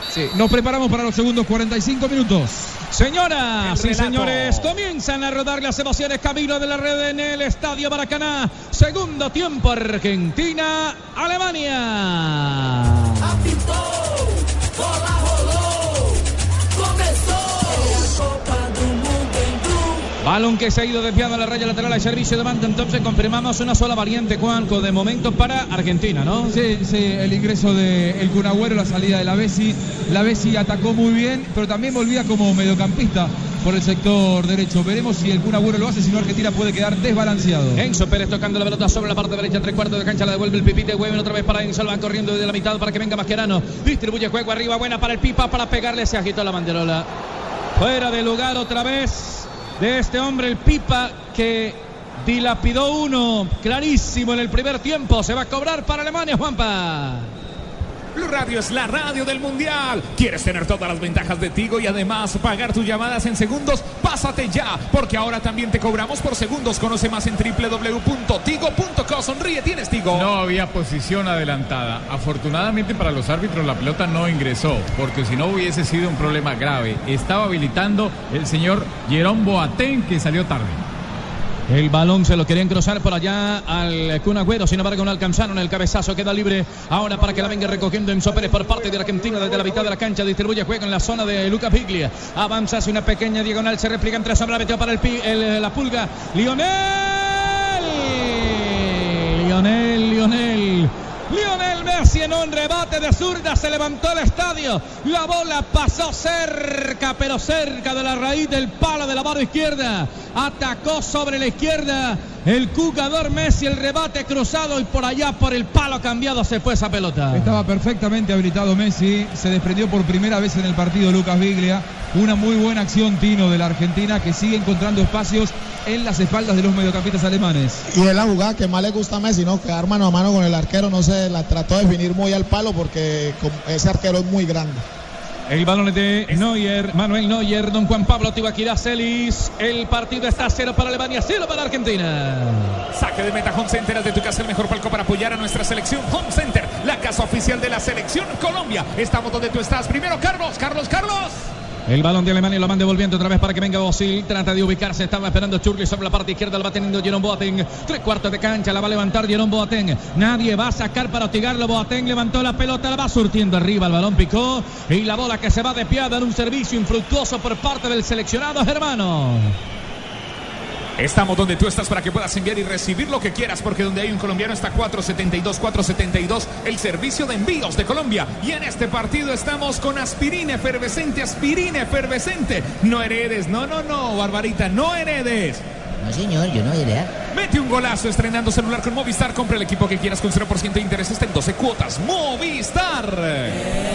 Sí, nos preparamos para los segundos 45 minutos. Señoras y señores, comienzan a rodar las emociones camino de la red en el Estadio Maracaná. Segundo tiempo, Argentina, Alemania. Balón que se ha ido desviado a la raya lateral al servicio de banda. Entonces confirmamos una sola variante, Juanco, de momento para Argentina, ¿no? Sí, el ingreso de el Kun Agüero, la salida de la Bessi. La Bessi atacó muy bien, pero también volvía como mediocampista por el sector derecho. Veremos si el Kun Agüero lo hace, si no Argentina puede quedar desbalanceado. Enzo Pérez tocando la pelota sobre la parte derecha, 3/4 de cancha, la devuelve el Pipite Hueven otra vez para Enzo, van corriendo desde la mitad para que venga Mascherano. Distribuye juego arriba, buena para el Pipa, para pegarle, se agitó la banderola. Fuera de lugar otra vez de este hombre, el Pipa, que dilapidó uno clarísimo en el primer tiempo. Se va a cobrar para Alemania, Juanpa. Blue Radio es la radio del Mundial. ¿Quieres tener todas las ventajas de Tigo y además pagar tus llamadas en segundos? Pásate ya, porque ahora también te cobramos por segundos. Conoce más en www.tigo.co. Sonríe, tienes Tigo. No había posición adelantada. Afortunadamente para los árbitros la pelota no ingresó, porque si no hubiese sido un problema grave. Estaba habilitando el señor Jerome Boateng, que salió tarde. El balón se lo querían cruzar por allá al Kun Agüero, sin embargo no alcanzaron. El cabezazo queda libre ahora para que la venga recogiendo Enzo Pérez por parte de Argentina desde la mitad de la cancha. Distribuye juego en la zona de Lucas Biglia. Avanza hacia una pequeña diagonal, se repliega entre sombra, metió para la pulga. Lionel Messi en un rebate de zurda, se levantó el estadio. La bola pasó cerca, pero cerca de la raíz del palo de la mano izquierda. Atacó sobre la izquierda el jugador Messi, el rebate cruzado y por allá por el palo cambiado se fue esa pelota. Estaba perfectamente habilitado Messi, se desprendió por primera vez en el partido Lucas Biglia. Una muy buena acción, Tino, de la Argentina, que sigue encontrando espacios en las espaldas de los mediocampistas alemanes. Y es la jugada que más le gusta a Messi, ¿no? Quedar mano a mano con el arquero, no se la trató de definir muy al palo porque ese arquero es muy grande. El balón es de Neuer, Manuel Neuer, don Juan Pablo Tibaquirá Celis. El partido está 0 para Alemania, 0 para Argentina. Saque de meta Home Center, haz de tu casa el mejor palco para apoyar a nuestra selección. Home Center, la casa oficial de la selección Colombia. Estamos donde tú estás. Primero Carlos. El balón de Alemania lo van devolviendo otra vez para que venga Özil. Trata de ubicarse, estaba esperando Churli sobre la parte izquierda. Lo va teniendo Jerome Boateng. 3/4 de cancha, la va a levantar Jerome Boateng. Nadie va a sacar para hostigarlo. Boateng levantó la pelota, la va surtiendo arriba. El balón picó y la bola que se va desviada en un servicio infructuoso por parte del seleccionado germano. Estamos donde tú estás para que puedas enviar y recibir lo que quieras, porque donde hay un colombiano está 472, el servicio de envíos de Colombia. Y en este partido estamos con aspirina efervescente. No heredes, no, Barbarita, no heredes. No, señor, yo no iré. Mete un golazo estrenando celular con Movistar. Compra el equipo que quieras con 0% de interés hasta en 12 cuotas. Movistar.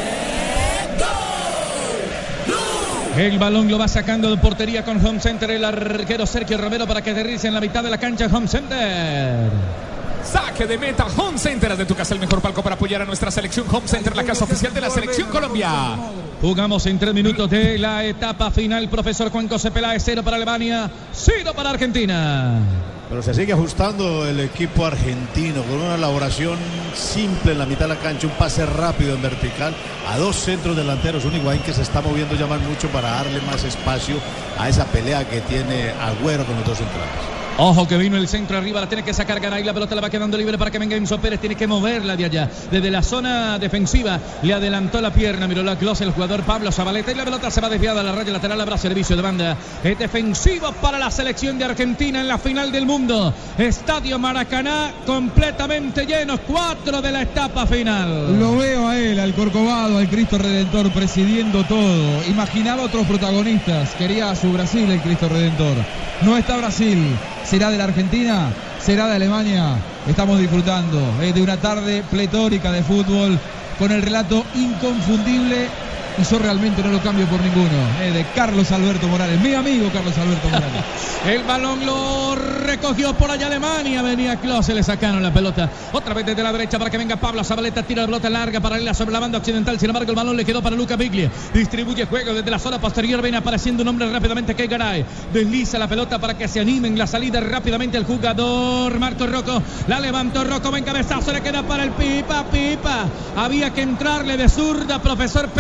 El balón lo va sacando de portería con Home Center el arquero Sergio Romero para que aterrice en la mitad de la cancha. Home Center. Saque de meta Home Center, haz de tu casa el mejor palco para apoyar a nuestra selección. Home Center, la casa oficial de la selección Colombia. Jugamos en 3 minutos de la etapa final. Profesor Juan José Peláez, 0 para Alemania, 0 para Argentina. Pero se sigue ajustando el equipo argentino con una elaboración simple en la mitad de la cancha, un pase rápido en vertical a dos centros delanteros, un Higuaín que se está moviendo ya más mucho para darle más espacio a esa pelea que tiene Agüero con los dos centrales. Ojo que vino el centro arriba, la tiene que sacar Garay, la pelota la va quedando libre para que venga Enzo Pérez, tiene que moverla de allá, desde la zona defensiva, le adelantó la pierna, miró la close el jugador Pablo Zabaleta y la pelota se va desviada a la raya lateral, habrá servicio de banda, es defensivo para la selección de Argentina en la final del mundo, Estadio Maracaná completamente lleno, 4 de la etapa final. Lo veo a él, al Corcovado, al Cristo Redentor presidiendo todo, imaginaba otros protagonistas, quería a su Brasil el Cristo Redentor, no está Brasil. ¿Será de la Argentina? ¿Será de Alemania? Estamos disfrutando de una tarde pletórica de fútbol con el relato inconfundible y yo realmente no lo cambio por ninguno, de Carlos Alberto Morales, mi amigo Carlos Alberto Morales. El balón lo recogió por allá Alemania, venía Klose, le sacaron la pelota otra vez desde la derecha para que venga Pablo Zabaleta, tira la pelota larga paralela sobre la banda occidental, sin embargo el balón le quedó para Lucas Biglia, distribuye juego desde la zona posterior, viene apareciendo un hombre rápidamente que Garay, desliza la pelota para que se animen la salida rápidamente el jugador Marco Rocco, la levantó Rocco, ven cabezazo, le queda para el Pipa, había que entrarle de zurda profesor Peláez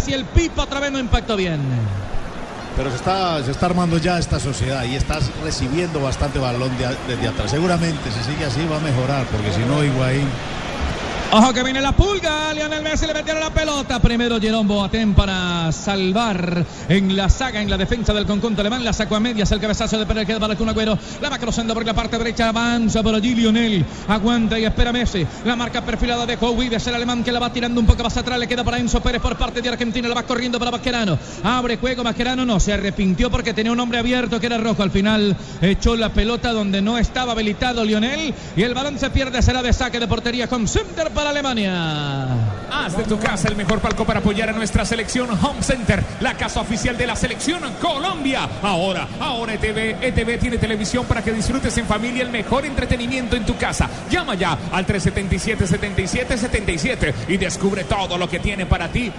y el Pipa otra vez no impactó bien. Pero se está armando ya esta sociedad y estás recibiendo bastante balón desde atrás. Seguramente si sigue así va a mejorar, porque si no, Higuaín. Ojo que viene la pulga, Lionel Messi le metieron la pelota. Primero Jerome Boateng para salvar en la saga, en la defensa del conjunto alemán. La sacó a medias, el cabezazo de Pérez, queda para el Kun Agüero. La va cruzando por la parte derecha, avanza por allí Lionel. Aguanta y espera Messi. La marca perfilada de Cowides, el alemán que la va tirando un poco más atrás. Le queda para Enzo Pérez por parte de Argentina. La va corriendo para Mascherano. Abre juego, Mascherano no, se arrepintió porque tenía un hombre abierto que era Rojo. Al final echó la pelota donde no estaba habilitado Lionel. Y el balón se pierde, será de saque de portería con Center para Alemania. Haz de tu casa el mejor palco para apoyar a nuestra selección. Home Center, la casa oficial de la selección Colombia. Ahora ETV tiene televisión para que disfrutes en familia el mejor entretenimiento en tu casa. Llama ya al 377-7777 y descubre todo lo que tiene para ti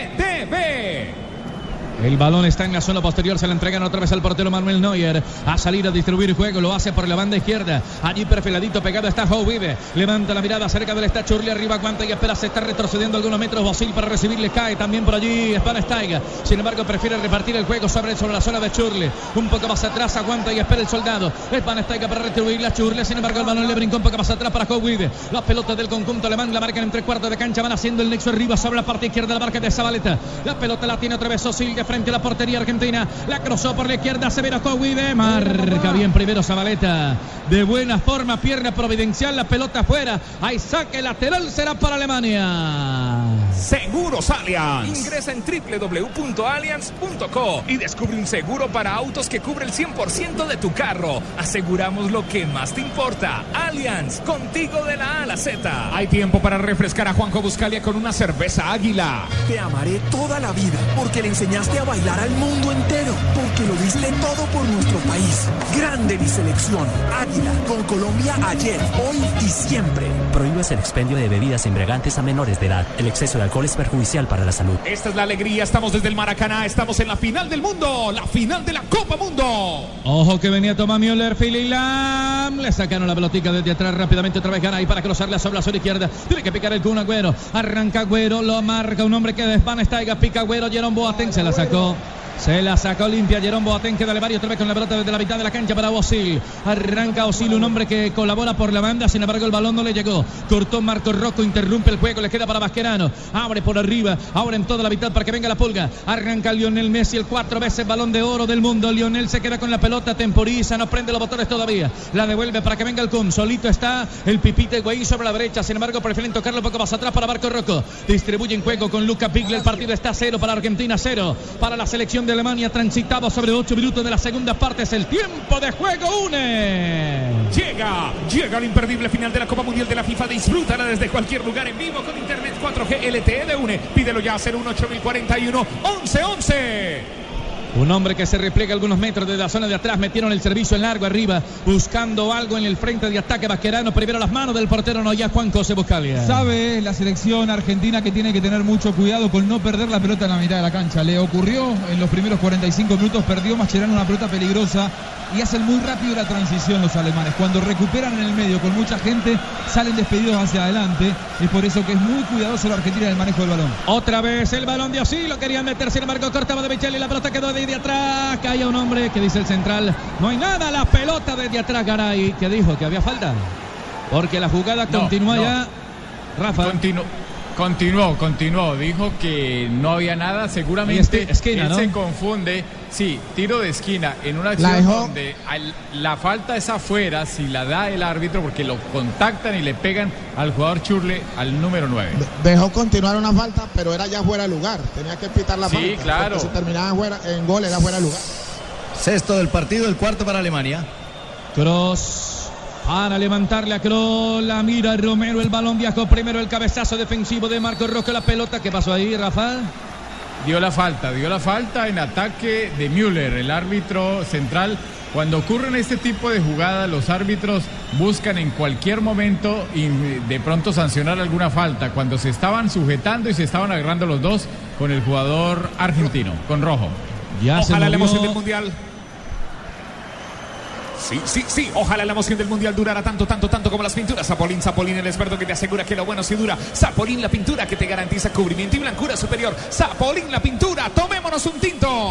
ETV. El balón está en la zona posterior, se le entregan otra vez al portero Manuel Neuer. A salir a distribuir juego, lo hace por la banda izquierda. Allí perfiladito, pegado está Howibe. Levanta la mirada, cerca del está Churli, arriba aguanta y espera, se está retrocediendo algunos metros. Bosil para recibirle, cae también por allí Schweinsteiger. Sin embargo, prefiere repartir el juego sobre la zona de Churli. Un poco más atrás, aguanta y espera el soldado. Schweinsteiger para retribuirle a Churli. Sin embargo, el balón le brincó un poco más atrás para Howibe. Las pelotas del conjunto alemán la marcan en 3/4 de cancha, van haciendo el nexo arriba sobre la parte izquierda de la marca de Zabaleta. La pelota la tiene otra vez Özil de frente a la portería argentina, la cruzó por la izquierda, Severo Cowibe, marca bien primero Zabaleta, de buena forma, pierna providencial, la pelota afuera, hay saque lateral, será para Alemania. Seguros Allianz. Ingresa en www.allianz.co y descubre un seguro para autos que cubre el 100% de tu carro. Aseguramos lo que más te importa. Allianz, contigo de la A a la Z. Hay tiempo para refrescar a Juanjo Buscalia con una cerveza Águila. Te amaré toda la vida porque le enseñaste a bailar al mundo entero, porque lo diste todo por nuestro país. Grande mi selección. Águila, con Colombia ayer, hoy y siempre. Prohíbes el expendio de bebidas embriagantes a menores de edad. El exceso de alcohol es perjudicial para la salud. Esta es la alegría, estamos desde el Maracaná, estamos en la final del mundo, la final de la Copa Mundo. Ojo que venía Thomas Müller, Philip Lahm, le sacaron la pelotica desde atrás rápidamente, otra vez Garay para cruzarla sobre la zona izquierda, tiene que picar el Kun Agüero, arranca Agüero, lo marca un hombre que de Schweinsteiger, pica Agüero, Jerome Boateng se la sacó. Se la sacó limpia Jerome Boateng, queda Levario otra vez con la pelota desde la mitad de la cancha para Özil. Arranca Özil, un hombre que colabora por la banda, sin embargo el balón no le llegó. Cortó Marco Rocco, interrumpe el juego, le queda para Mascherano. Abre por arriba, ahora en toda la mitad para que venga la pulga. Arranca Lionel Messi, el 4 veces balón de oro del mundo. Lionel se queda con la pelota, temporiza, no prende los botones todavía. La devuelve para que venga el Kun. Solito está el Pipita Higuaín sobre la derecha, sin embargo prefieren tocarlo un poco más atrás para Marco Rocco. Distribuye en juego con Luca Piglia, el partido está 0 para Argentina, 0 para la selección de Alemania. Transitado sobre 8 minutos de la segunda parte, es el tiempo de juego, une. Llega el imperdible final de la Copa Mundial de la FIFA. Disfrútala desde cualquier lugar en vivo con internet 4G LTE de UNE. Pídelo ya a 018.041 1111. Un hombre que se repliega algunos metros de la zona de atrás, metieron el servicio en largo arriba, buscando algo en el frente de ataque. Mascherano, primero las manos del portero, no ya Juan José Buscalia. Sabe la selección argentina que tiene que tener mucho cuidado con no perder la pelota en la mitad de la cancha. Le ocurrió en los primeros 45 minutos, perdió Mascherano una pelota peligrosa y hacen muy rápido la transición los alemanes. Cuando recuperan en el medio con mucha gente, salen despedidos hacia adelante. Es por eso que es muy cuidadoso la Argentina en el manejo del balón. Otra vez el balón de Özil, lo querían meter, sin embargo cortaba de Michel y la pelota quedó de atrás. Caía un hombre que dice el central, no hay nada, la pelota desde atrás. Garay, que dijo que había falta, porque la jugada continúa ya. Rafa Continuó, dijo que no había nada, seguramente esquina, él ¿no? Se confunde, sí, tiro de esquina en una acción donde la falta es afuera, si la da el árbitro, porque lo contactan y le pegan al jugador Churle, al número 9. Dejó continuar una falta, pero era ya fuera de lugar, tenía que pitar la falta. Sí, claro. Porque si terminaba en gol era fuera de lugar. Sexto del partido, el cuarto para Alemania. Cross. Para levantarle a Kroos, la mira Romero, el balón viajó primero, el cabezazo defensivo de Marco Rocco, la pelota, ¿qué pasó ahí, Rafa? Dio la falta en ataque de Müller, el árbitro central. Cuando ocurren este tipo de jugadas, los árbitros buscan en cualquier momento y de pronto sancionar alguna falta, cuando se estaban sujetando y se estaban agarrando los dos con el jugador argentino, con rojo. Ya ojalá la emoción del Mundial. Sí. Ojalá la emoción del mundial durara tanto como las pinturas. Zapolín, el experto que te asegura que lo bueno sí dura. Zapolín, la pintura que te garantiza cubrimiento y blancura superior. Zapolín, la pintura. Tomémonos un tinto.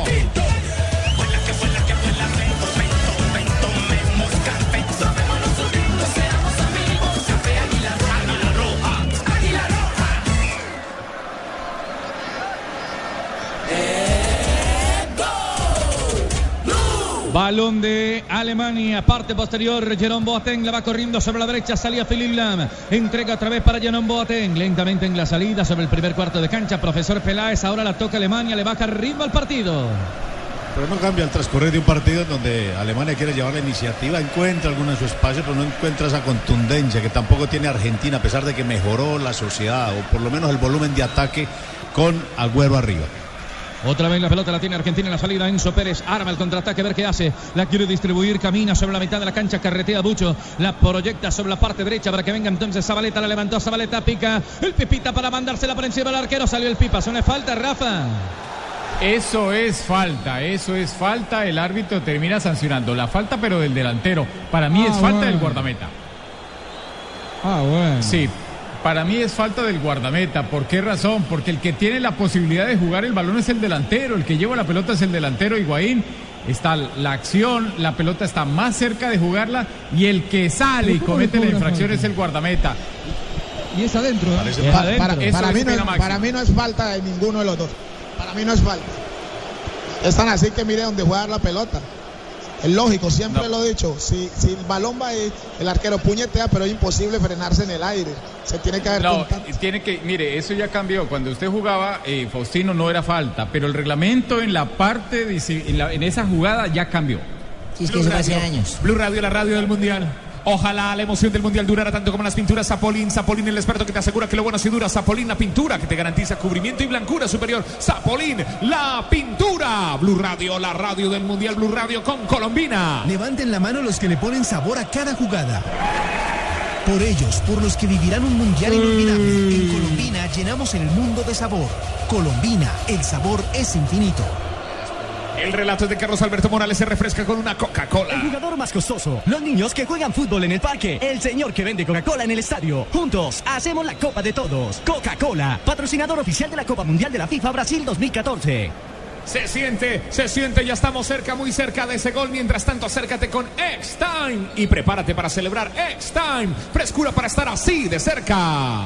Balón de Alemania, parte posterior, Jerome Boateng la va corriendo sobre la derecha, salía Philipp Lahm, entrega otra vez para Jerome Boateng, lentamente en la salida sobre el primer cuarto de cancha, profesor Peláez, ahora la toca Alemania, le baja ritmo al partido. Pero no cambia el transcurrir de un partido en donde Alemania quiere llevar la iniciativa, encuentra alguno en su espacio, pero no encuentra esa contundencia que tampoco tiene Argentina, a pesar de que mejoró la sociedad, o por lo menos el volumen de ataque con Agüero arriba. Otra vez la pelota la tiene Argentina en la salida. Enzo Pérez arma el contraataque, a ver qué hace. La quiere distribuir, camina sobre la mitad de la cancha, carretea Bucho, la proyecta sobre la parte derecha para que venga entonces Zabaleta. La levantó Zabaleta, pica el Pipita para mandársela por encima del arquero. Salió el Pipa, ¿eso no es falta, Rafa? Eso es falta. El árbitro termina sancionando la falta, pero del delantero. Para mí es falta del guardameta. Bueno. Sí. Para mí es falta del guardameta. ¿Por qué razón? Porque el que tiene la posibilidad de jugar el balón es el delantero. El que lleva la pelota es el delantero, Higuaín. Está la acción, la pelota está más cerca de jugarla y el que sale y comete la infracción es el guardameta. Y es adentro. Para mí no es falta de ninguno de los dos. Para mí no es falta. Están así que mire dónde jugar la pelota. Es lógico, siempre lo he dicho. Si el balón va ahí, el arquero puñetea, pero es imposible frenarse en el aire. Se tiene que haber mire, eso ya cambió. Cuando usted jugaba, Faustino, no era falta, pero el reglamento en la parte, en esa jugada ya cambió. Sí, es que eso hace años. Blue Radio, la radio del mundial. Ojalá la emoción del mundial durara tanto como las pinturas. Zapolín, el experto que te asegura que lo bueno sí dura. Zapolín, la pintura que te garantiza cubrimiento y blancura superior. Zapolín, la pintura. Blue Radio, la radio del mundial. Blue Radio con Colombina. Levanten la mano los que le ponen sabor a cada jugada. Por ellos, por los que vivirán un mundial inolvidable. En Colombina llenamos el mundo de sabor. Colombina, el sabor es infinito. El relato es de Carlos Alberto Morales, se refresca con una Coca-Cola. El jugador más costoso, los niños que juegan fútbol en el parque, el señor que vende Coca-Cola en el estadio. Juntos, hacemos la Copa de Todos. Coca-Cola, patrocinador oficial de la Copa Mundial de la FIFA Brasil 2014. Se siente, ya estamos cerca, muy cerca de ese gol. Mientras tanto, acércate con X-Time y prepárate para celebrar X-Time. Frescura para estar así de cerca.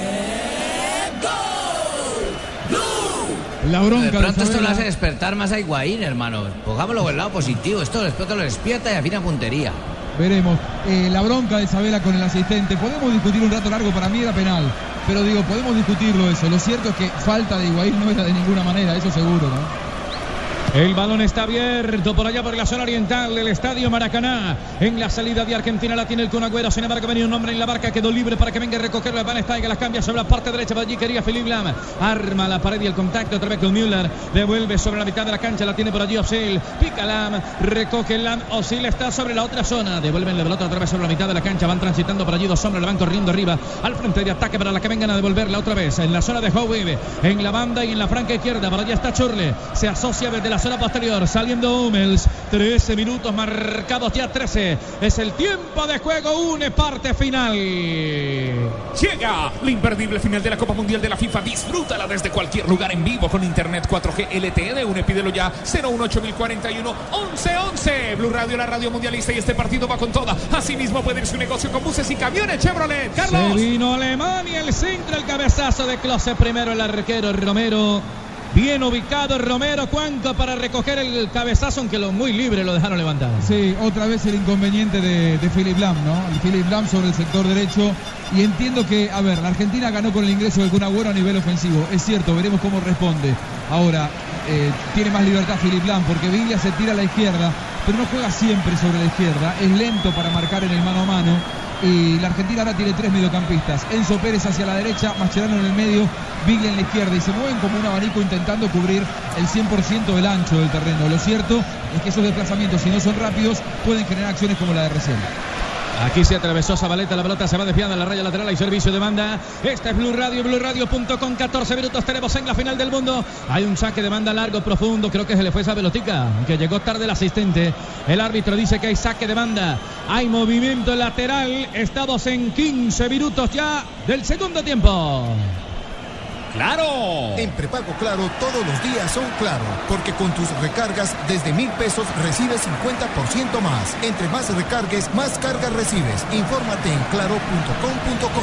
La bronca. De pronto esto lo hace despertar más a Higuaín, hermano. Pongámoslo por el lado positivo. Esto después lo despierta y afina puntería. Veremos. La bronca de Isabela con el asistente. Podemos discutir un rato largo, para mí era penal. Pero digo, podemos discutirlo eso. Lo cierto es que falta de Higuaín no era de ninguna manera, eso seguro, ¿no? El balón está abierto por allá por la zona oriental del estadio Maracaná. En la salida de Argentina la tiene el Kun Agüero. Sin embargo, venía un hombre en la barca, quedó libre para que venga a recogerlo. Van Steiger las cambia sobre la parte derecha. Por allí quería Philipp Lahm. Arma la pared y el contacto otra vez con Müller. Devuelve sobre la mitad de la cancha. La tiene por allí Özil. Pica Lahm. Recoge Lahm. Özil está sobre la otra zona. Devuelven la pelota otra vez sobre la mitad de la cancha. Van transitando por allí dos hombres. Le van corriendo arriba. Al frente de ataque para la que vengan a devolverla otra vez. En la zona de Howe. En la banda y en la franca izquierda. Por allá está Churle. Se asocia desde la zona posterior. Saliendo Hummels, 13 minutos marcados ya 13. Es el tiempo de juego, une parte final. Llega la imperdible final de la Copa Mundial de la FIFA. Disfrútala desde cualquier lugar en vivo con internet 4G LTE de UNE. Pídelo ya, 018-041 1111. Blue Radio, la radio mundialista, y este partido va con toda. Asimismo puede ir su negocio con buses y camiones Chevrolet. Carlos. Se vino Alemania, el centro, el cabezazo de Klose. Primero el arquero Romero. Bien ubicado Romero, Cuanco para recoger el cabezazo, aunque muy libre lo dejaron levantar. Sí, otra vez el inconveniente de Philipp Lahm, ¿no? El Philipp Lahm sobre el sector derecho. Y entiendo que, a ver, la Argentina ganó con el ingreso del Kun Agüero a nivel ofensivo. Es cierto, veremos cómo responde. Ahora, tiene más libertad Philipp Lahm porque Villa se tira a la izquierda, pero no juega siempre sobre la izquierda. Es lento para marcar en el mano a mano. Y la Argentina ahora tiene tres mediocampistas. Enzo Pérez hacia la derecha, Mascherano en el medio, Biglia en la izquierda. Y se mueven como un abanico intentando cubrir el 100% del ancho del terreno. Lo cierto es que esos desplazamientos, si no son rápidos, pueden generar acciones como la de recién. Aquí se atravesó Zabaleta, la pelota se va desviando a la raya lateral, hay servicio de banda. Esta es Blue Radio, BlueRadio.com, 14 minutos tenemos en la final del mundo. Hay un saque de banda largo, profundo, creo que se le fue esa pelotica, que llegó tarde el asistente. El árbitro dice que hay saque de banda, hay movimiento lateral. Estamos en 15 minutos ya del segundo tiempo. ¡Claro! En prepago Claro todos los días son Claro, porque con tus recargas desde 1,000 pesos recibes 50% más. Entre más recargues, más cargas recibes. Infórmate en claro.com.co.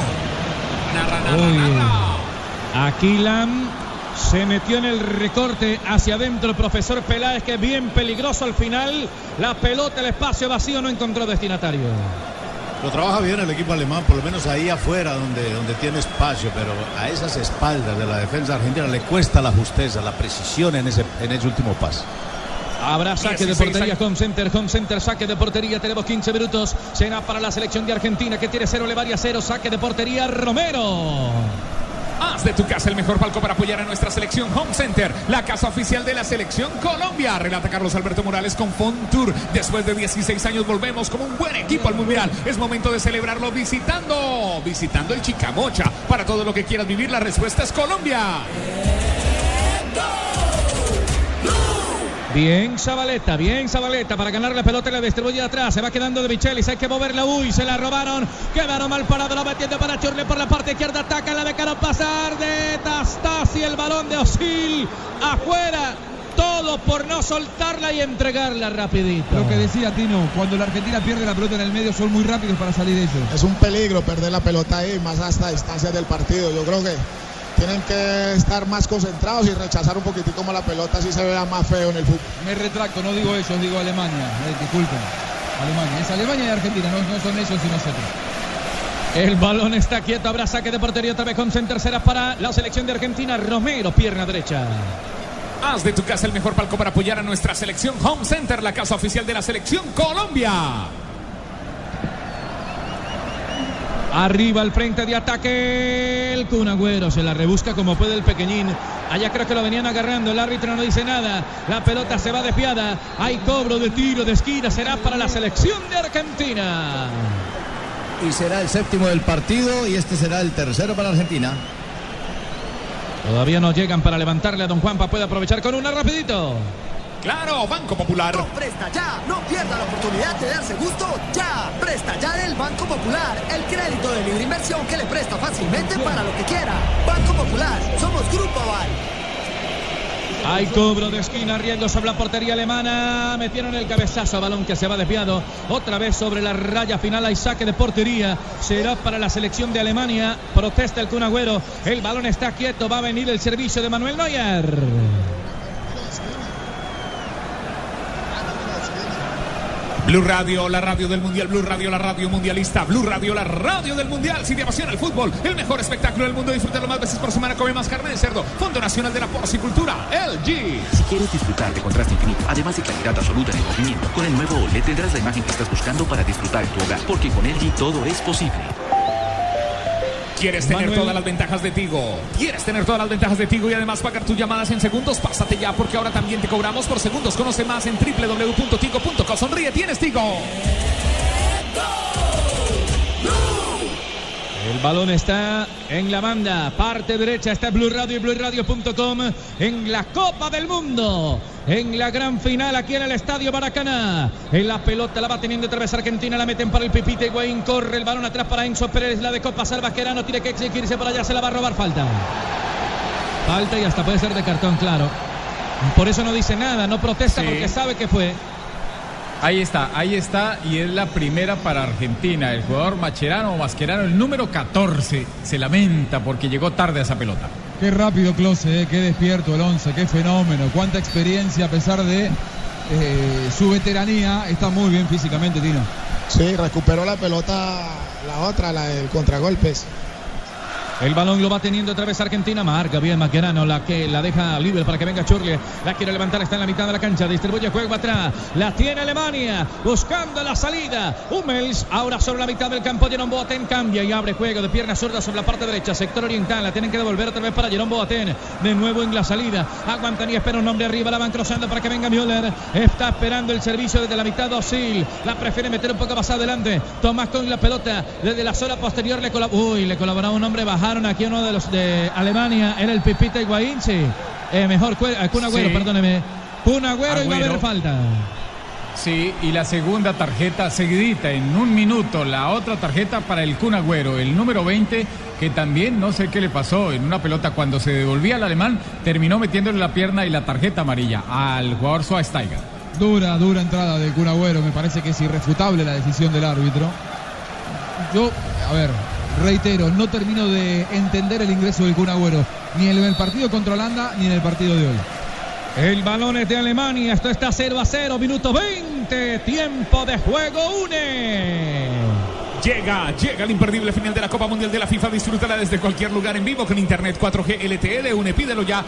Aquí Lam se metió en el recorte hacia adentro el profesor Peláez, que es bien peligroso al final. La pelota, el espacio vacío, no encontró destinatario. Lo trabaja bien el equipo alemán, por lo menos ahí afuera donde tiene espacio, pero a esas espaldas de la defensa argentina le cuesta la justeza, la precisión en ese último pase. Habrá saque de portería, Home Center, saque de portería, tenemos 15 minutos, será para la selección de Argentina que tiene 0, le varía 0, saque de portería, Romero. Haz de tu casa el mejor palco para apoyar a nuestra selección. Home Center, la casa oficial de la selección Colombia. Relata Carlos Alberto Morales con Fontour. Después de 16 años volvemos como un buen equipo al Mundial. Es momento de celebrarlo visitando el Chicamocha. Para todo lo que quieras vivir, la respuesta es Colombia. Bien Zabaleta para ganar la pelota y la distribuye atrás. Se va quedando de Michelis, hay que moverla. Uy, se la robaron. Quedaron mal parado, la metiendo para Churle por la parte izquierda. Ataca, la dejaron pasar de Tastasi. El balón de Osil afuera. Todo por no soltarla y entregarla rapidito. Lo que decía Tino, cuando la Argentina pierde la pelota en el medio son muy rápidos para salir ellos. Es un peligro perder la pelota ahí, más hasta distancias del partido. Yo creo que tienen que estar más concentrados y rechazar un poquitico más la pelota, así se vea más feo en el fútbol. Me retracto, no digo ellos, digo Alemania. Disculpen. Alemania. Es Alemania y Argentina, no son ellos y nosotros. El balón está quieto, habrá saque de portería otra vez con tercera para la selección de Argentina. Romero, pierna derecha. Haz de tu casa el mejor palco para apoyar a nuestra selección. Home Center, la casa oficial de la selección Colombia. Arriba al frente de ataque el Kun Agüero, se la rebusca como puede el pequeñín. Allá creo que lo venían agarrando, el árbitro no dice nada. La pelota se va desviada, hay cobro de tiro de esquina, será para la selección de Argentina. Y será el séptimo del partido y este será el tercero para Argentina. Todavía no llegan para levantarle a Don Juanpa, puede aprovechar con una rapidito. Claro, Banco Popular. Con Presta Ya, no pierda la oportunidad de darse gusto ya. Presta Ya del Banco Popular, el crédito de libre inversión que le presta fácilmente para lo que quiera. Banco Popular, somos Grupo Aval. Hay cobro de esquina, riendo sobre la portería alemana. Metieron el cabezazo, balón que se va desviado. Otra vez sobre la raya final hay saque de portería. Será para la selección de Alemania. Protesta el Kun Agüero. El balón está quieto, va a venir el servicio de Manuel Neuer. Blue Radio, la radio del Mundial. Blue Radio, la radio mundialista. Blue Radio, la radio del Mundial. Si te apasiona el fútbol, el mejor espectáculo del mundo, disfrútalo más veces por semana. Come más carne de cerdo. Fondo Nacional de la Porcicultura, LG. Si quieres disfrutar de contraste infinito, además de claridad absoluta en el movimiento, con el nuevo OLED tendrás la imagen que estás buscando para disfrutar en tu hogar. Porque con LG todo es posible. ¿Quieres tener todas las ventajas de Tigo? ¿Quieres tener todas las ventajas de Tigo y además pagar tus llamadas en segundos? Pásate ya porque ahora también te cobramos por segundos. Conoce más en www.tigo.co. Sonríe, tienes Tigo. El balón está en la banda, parte derecha, está Blue Radio y BlueRadio.com en la Copa del Mundo. En la gran final aquí en el Estadio Maracaná. En la pelota la va teniendo otra vez Argentina, la meten para el Pipita. Higuaín corre, el balón atrás para Enzo Pérez, la de Copa Salvasquerano, tiene que exigirse por allá, se la va a robar, falta y hasta puede ser de cartón, claro. Por eso no dice nada, no protesta porque sabe que fue. Ahí está, y es la primera para Argentina. El jugador Mascherano, el número 14, se lamenta porque llegó tarde a esa pelota. Qué rápido Klose, qué despierto el 11, qué fenómeno, cuánta experiencia a pesar de su veteranía. Está muy bien físicamente, Tino. Sí, recuperó la pelota, la del contragolpes. El balón lo va teniendo otra vez Argentina. Marca bien Mascherano, la que la deja libre para que venga Churli. La quiere levantar, está en la mitad de la cancha. Distribuye juego atrás. La tiene Alemania. Buscando la salida. Hummels ahora sobre la mitad del campo. Jerome Boateng cambia y abre juego de pierna zurda sobre la parte derecha. Sector oriental. La tienen que devolver otra vez para Jerome Boateng. De nuevo en la salida. Aguantan y espera un hombre arriba. La van cruzando para que venga Müller. Está esperando el servicio desde la mitad de Özil. La prefiere meter un poco más adelante. Tomás con la pelota. Desde la zona posterior le colaboraba un hombre bajo. Aquí uno de los de Alemania, era el Pipita Higuaín, sí. Mejor Kun Agüero, sí. Perdóneme. Kun Agüero y va a haber falta. Sí, y la segunda tarjeta seguidita en un minuto, la otra tarjeta para el Kun Agüero, el número 20, que también no sé qué le pasó en una pelota cuando se devolvía al alemán, terminó metiéndole la pierna y la tarjeta amarilla al jugador Schweinsteiger. Dura entrada del Kun Agüero, me parece que es irrefutable la decisión del árbitro. Reitero, no termino de entender el ingreso del Kun Agüero, ni en el partido contra Holanda, ni en el partido de hoy. El balón es de Alemania, esto está 0-0, minuto 20, tiempo de juego, une. Llega el imperdible final de la Copa Mundial de la FIFA. Disfrútala desde cualquier lugar en vivo con internet 4G LTE de UNE. Pídelo ya,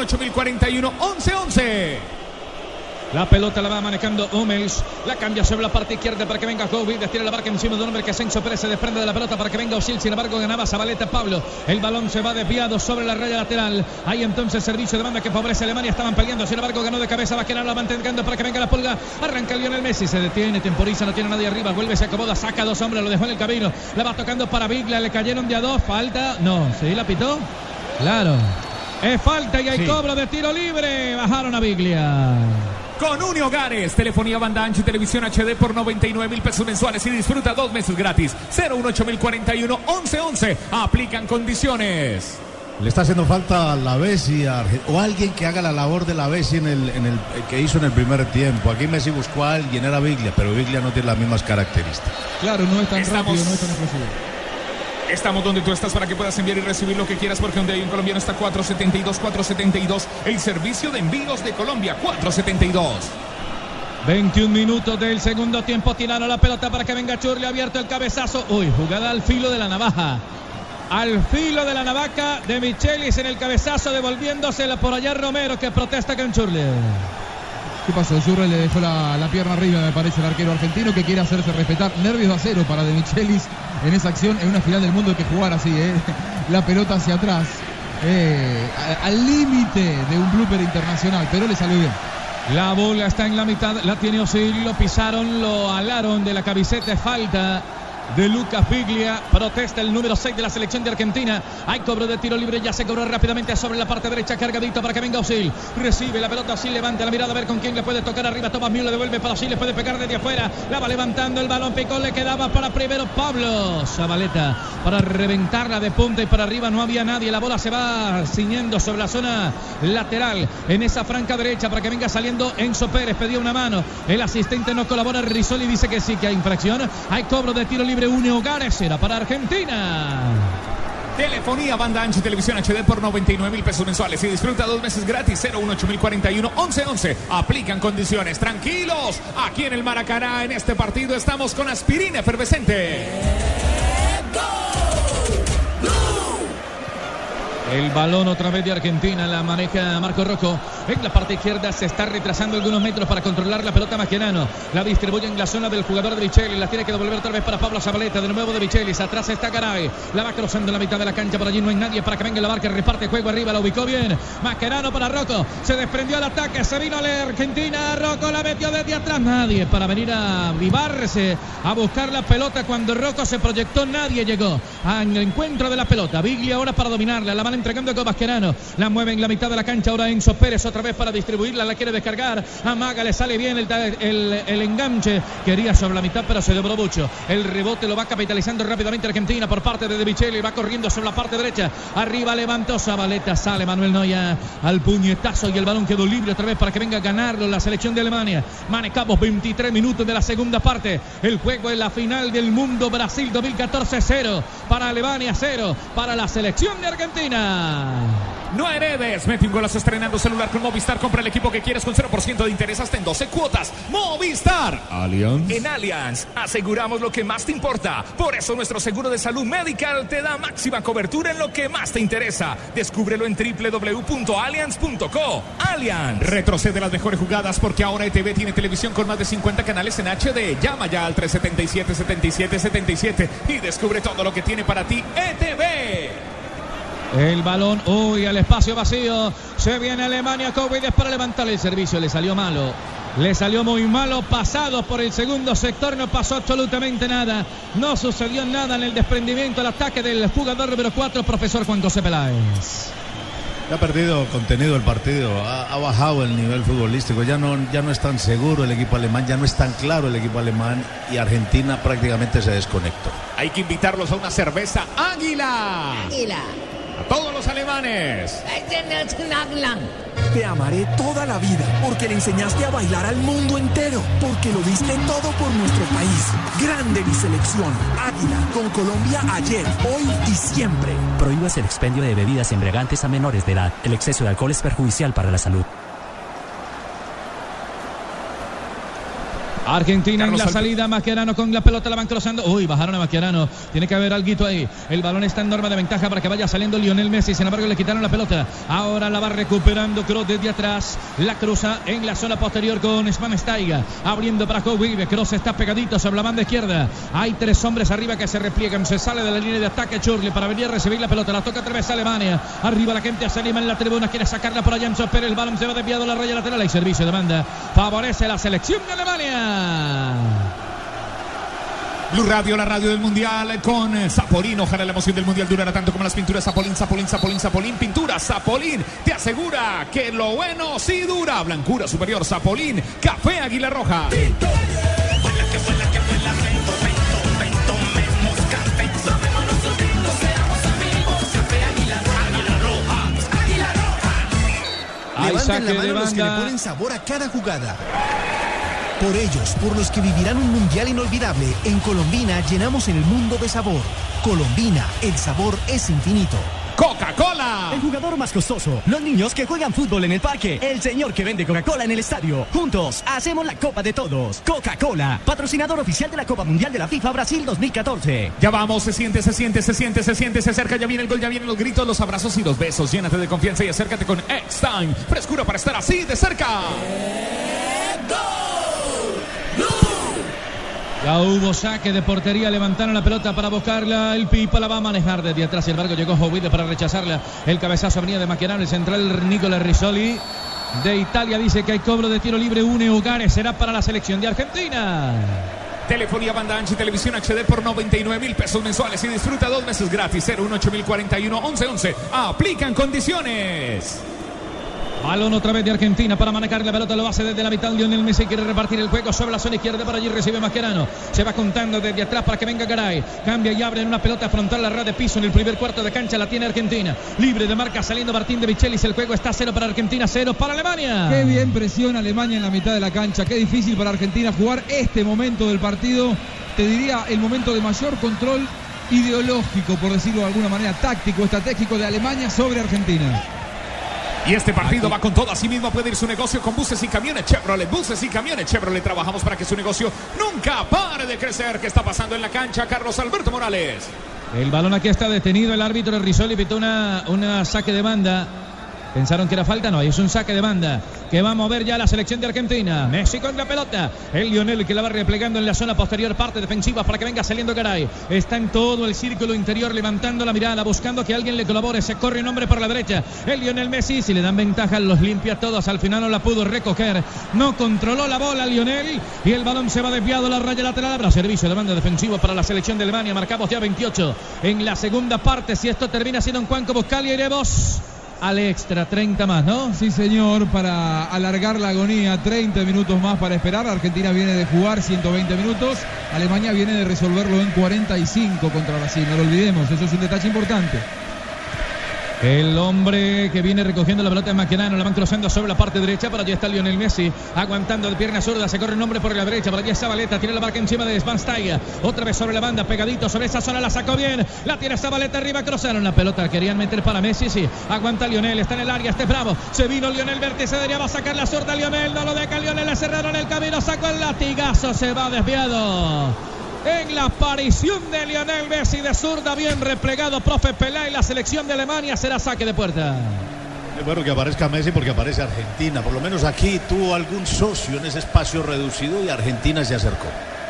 018-041-1111. La pelota la va manejando Hummels. La cambia sobre la parte izquierda para que venga Kobe. Destira la barca encima de un hombre que Asensio Pérez se desprende de la pelota para que venga Özil. Sin embargo, ganaba Zabaleta Pablo. El balón se va desviado sobre la raya lateral. Hay entonces servicio de banda que favorece a Alemania. Estaban peleando. Sin embargo, ganó de cabeza. Va a quedar la manteniendo para que venga la pulga. Arranca Lionel Messi. Se detiene, temporiza. No tiene nadie arriba. Vuelve, se acomoda. Saca dos hombres. Lo dejó en el camino. La va tocando para Biglia. Le cayeron de a dos. Falta. No. ¿Sí la pitó? Claro. Es falta y hay cobro de tiro libre. Bajaron a Biglia. Con Uni Hogares, telefonía banda ancha y televisión HD por 99.000 pesos mensuales y disfruta 2 meses gratis. 018-041-1111. Aplican condiciones. Le está haciendo falta la Bessi o alguien que haga la labor de la Bessi en el que hizo en el primer tiempo. Aquí Messi buscó a alguien, era Biglia, pero Biglia no tiene las mismas características. Claro, no es tan rápido, no es tan explosivo. Estamos donde tú estás para que puedas enviar y recibir lo que quieras, porque donde hay un colombiano está 472, el servicio de envíos de Colombia, 472. 21 minutos del segundo tiempo, tiraron la pelota para que venga Churli, abierto el cabezazo. Jugada al filo de la navaja. Al filo de la navaja de Michelis en el cabezazo, devolviéndosela por allá Romero, que protesta con Churli. ¿Qué pasó? Churri le dejó la pierna arriba, me parece, el arquero argentino, que quiere hacerse respetar. Nervios de acero para De Michelis en esa acción. En una final del mundo hay que jugar así, la pelota hacia atrás, al límite de un blooper internacional, pero le salió bien. La bola está en la mitad, la tiene Özil, lo pisaron, lo alaron de la camiseta, falta de Lucas Biglia. Protesta el número 6 de la selección de Argentina. Hay cobro de tiro libre, ya se cobró rápidamente sobre la parte derecha, cargadito para que venga Özil. Recibe la pelota, Özil levanta la mirada a ver con quién le puede tocar arriba. Thomas Müller devuelve para Özil, le puede pegar desde afuera. La va levantando, el balón picó, le quedaba para primero Pablo Zabaleta para reventarla de punta y para arriba no había nadie. La bola se va ciñendo sobre la zona lateral en esa franca derecha para que venga saliendo Enzo Pérez. Pedía una mano, el asistente no colabora, Rizzoli dice que sí, que hay infracción. Hay cobro de tiro libre. Uni Hogares era para Argentina. Telefonía banda ancha y televisión HD por 99.000 pesos mensuales y disfruta 2 meses gratis. 018-041-1111. Aplican condiciones. Tranquilos, aquí en el Maracaná en este partido estamos con aspirina efervescente. El balón otra vez de Argentina, la maneja Marco Rocco. En la parte izquierda se está retrasando algunos metros para controlar la pelota Mascherano. La distribuye en la zona del jugador de Michelis. La tiene que devolver otra vez para Pablo Zabaleta. De nuevo de Michelis. Atrás está Garay. La va cruzando en la mitad de la cancha. Por allí no hay nadie para que venga la barca. Reparte juego arriba. La ubicó bien. Mascherano para Rocco. Se desprendió al ataque. Se vino a la Argentina. Rocco la metió desde atrás. Nadie para venir a avivarse, a buscar la pelota. Cuando Rocco se proyectó, nadie llegó al encuentro de la pelota. Biglia ahora para dominarla. La van entregando con Mascherano. La mueve en la mitad de la cancha. Ahora Enzo Pérez otra vez para distribuirla. La quiere descargar. Amaga, le sale bien el enganche. Quería sobre la mitad, pero se demoró mucho. El rebote lo va capitalizando rápidamente Argentina por parte de Michelis. Va corriendo sobre la parte derecha. Arriba levantó Zabaleta. Sale Manuel Neuer al puñetazo y el balón quedó libre otra vez para que venga a ganarlo la selección de Alemania. Manejamos 23 minutos de la segunda parte. El juego en la final del mundo Brasil 2014, 0 para Alemania, 0 para la selección de Argentina. No heredes. Mete un golazo estrenando celular con Movistar. Compra el equipo que quieres con 0% de interés hasta en 12 cuotas. Movistar. Allianz. En Allianz aseguramos lo que más te importa. Por eso nuestro seguro de salud Medical te da máxima cobertura en lo que más te interesa. Descúbrelo en www.allianz.co. Allianz. Retrocede las mejores jugadas porque ahora ETV tiene televisión con más de 50 canales en HD. Llama ya al 377-7777 y descubre todo lo que tiene para ti ETV. El balón, al espacio vacío. Se viene Alemania, Kovides para levantarle el servicio. Le salió malo. Le salió muy malo. Pasado por el segundo sector. No pasó absolutamente nada. No sucedió nada en el desprendimiento, el ataque del jugador número 4, profesor Juan José Peláez. Ha perdido contenido el partido, ha bajado el nivel futbolístico, ya no es tan seguro el equipo alemán, ya no es tan claro el equipo alemán y Argentina prácticamente se desconectó. Hay que invitarlos a una cerveza Águila. Águila. A todos los alemanes. Te amaré toda la vida porque le enseñaste a bailar al mundo entero, porque lo diste todo por nuestro país. Grande mi selección. Águila, con Colombia ayer, hoy y siempre. Prohíbas el expendio de bebidas embriagantes a menores de edad. El exceso de alcohol es perjudicial para la salud. Argentina en la salida, Mascherano con la pelota, la van cruzando. Bajaron a Mascherano. Tiene que haber alguito ahí. El balón está en norma de ventaja para que vaya saliendo Lionel Messi. Sin embargo, le quitaron la pelota. Ahora la va recuperando Kroos desde atrás. La cruza en la zona posterior con Schweinsteiger. Abriendo para Kovic. Kroos está pegadito sobre la banda izquierda. Hay 3 hombres arriba que se repliegan. Se sale de la línea de ataque Churli para venir a recibir la pelota. La toca otra vez Alemania. Arriba la gente se anima en la tribuna. Quiere sacarla por allá en Pérez. El balón se va desviado a la raya lateral. Hay servicio de banda. Favorece la selección de Alemania. Blue Radio, la radio del Mundial con Zapolín. Ojalá la emoción del Mundial durara tanto como las pinturas Zapolín. Pinturas Zapolín te asegura que lo bueno sí dura. Blancura superior Zapolín. Café Águila Roja. Levanten la mano los que le ponen sabor a cada jugada. Por ellos, por los que vivirán un mundial inolvidable, en Colombina llenamos el mundo de sabor. Colombina, el sabor es infinito. Coca-Cola. El jugador más costoso. Los niños que juegan fútbol en el parque. El señor que vende Coca-Cola en el estadio. Juntos, hacemos la Copa de Todos. Coca-Cola, patrocinador oficial de la Copa Mundial de la FIFA Brasil 2014. Ya vamos, se siente, se acerca, ya viene el gol, ya vienen los gritos, los abrazos y los besos. Llénate de confianza y acércate con X-Time. Frescura para estar así de cerca. Ya hubo saque de portería, levantaron la pelota para buscarla, el Pipa la va a manejar desde atrás, sin embargo llegó Hovide para rechazarla, el cabezazo venía de Mascherano, el central Nicola Rizzoli de Italia dice que hay cobro de tiro libre, une hogares, será para la selección de Argentina. Telefonía banda ancha y televisión HD por 99.000 pesos mensuales y disfruta 2 meses gratis. 018.041-1111. Aplican condiciones. Balón otra vez de Argentina para manejar la pelota, lo hace desde la mitad. Lionel Messi quiere repartir el juego sobre la zona izquierda, para allí recibe Mascherano, se va contando desde atrás para que venga Garay, cambia y abre en una pelota frontal, la red de piso en el primer cuarto de cancha, la tiene Argentina, libre de marca saliendo Martín de Michelis, el juego está 0 para Argentina, 0 para Alemania. Qué bien presiona Alemania en la mitad de la cancha, qué difícil para Argentina jugar este momento del partido, te diría el momento de mayor control ideológico, por decirlo de alguna manera, táctico, estratégico de Alemania sobre Argentina. Y este partido va con todo. Asimismo puede ir su negocio con buses y camiones Chevrolet. Buses y camiones Chevrolet. Trabajamos para que su negocio nunca pare de crecer. ¿Qué está pasando en la cancha, Carlos Alberto Morales? El balón aquí está detenido. El árbitro Rizzoli pitó una saque de banda. Pensaron que era falta, no, es un saque de banda que va a mover ya la selección de Argentina. Messi con la pelota, el Lionel que la va replegando en la zona posterior, parte defensiva para que venga saliendo Garay. Está en todo el círculo interior, levantando la mirada, buscando que alguien le colabore. Se corre un hombre por la derecha, el Lionel Messi, si le dan ventaja los limpia todos. Al final no la pudo recoger, no controló la bola Lionel y el balón se va desviado a la raya lateral. Habrá servicio de banda defensivo para la selección de Alemania. Marcamos ya 28 en la segunda parte. Si esto termina siendo un Juanco Buscalia, iremos al extra, 30 más, ¿no? Sí, señor, para alargar la agonía, 30 minutos más para esperar. Argentina viene de jugar 120 minutos, Alemania viene de resolverlo en 45 contra Brasil, no lo olvidemos, eso es un detalle importante. El hombre que viene recogiendo la pelota de Mascherano, la van cruzando sobre la parte derecha. Por allí está Lionel Messi, aguantando de pierna zurda. Se corre un hombre por la derecha. Por allí está Zabaleta, tiene la marca encima de Schweinsteiger. Otra vez sobre la banda, pegadito sobre esa zona. La sacó bien, la tiene Zabaleta arriba. Cruzaron la pelota, querían meter para Messi. Sí, aguanta Lionel, está en el área, este bravo. Se vino Lionel, vértice derecha, va a sacar la zurda Lionel. No lo deja Lionel, le cerraron el camino. Sacó el latigazo, se va desviado. En la aparición de Lionel Messi de zurda, bien replegado, profe Pelay, la selección de Alemania será saque de puerta. Es bueno que aparezca Messi porque aparece Argentina. Por lo menos aquí tuvo algún socio en ese espacio reducido y Argentina se acercó.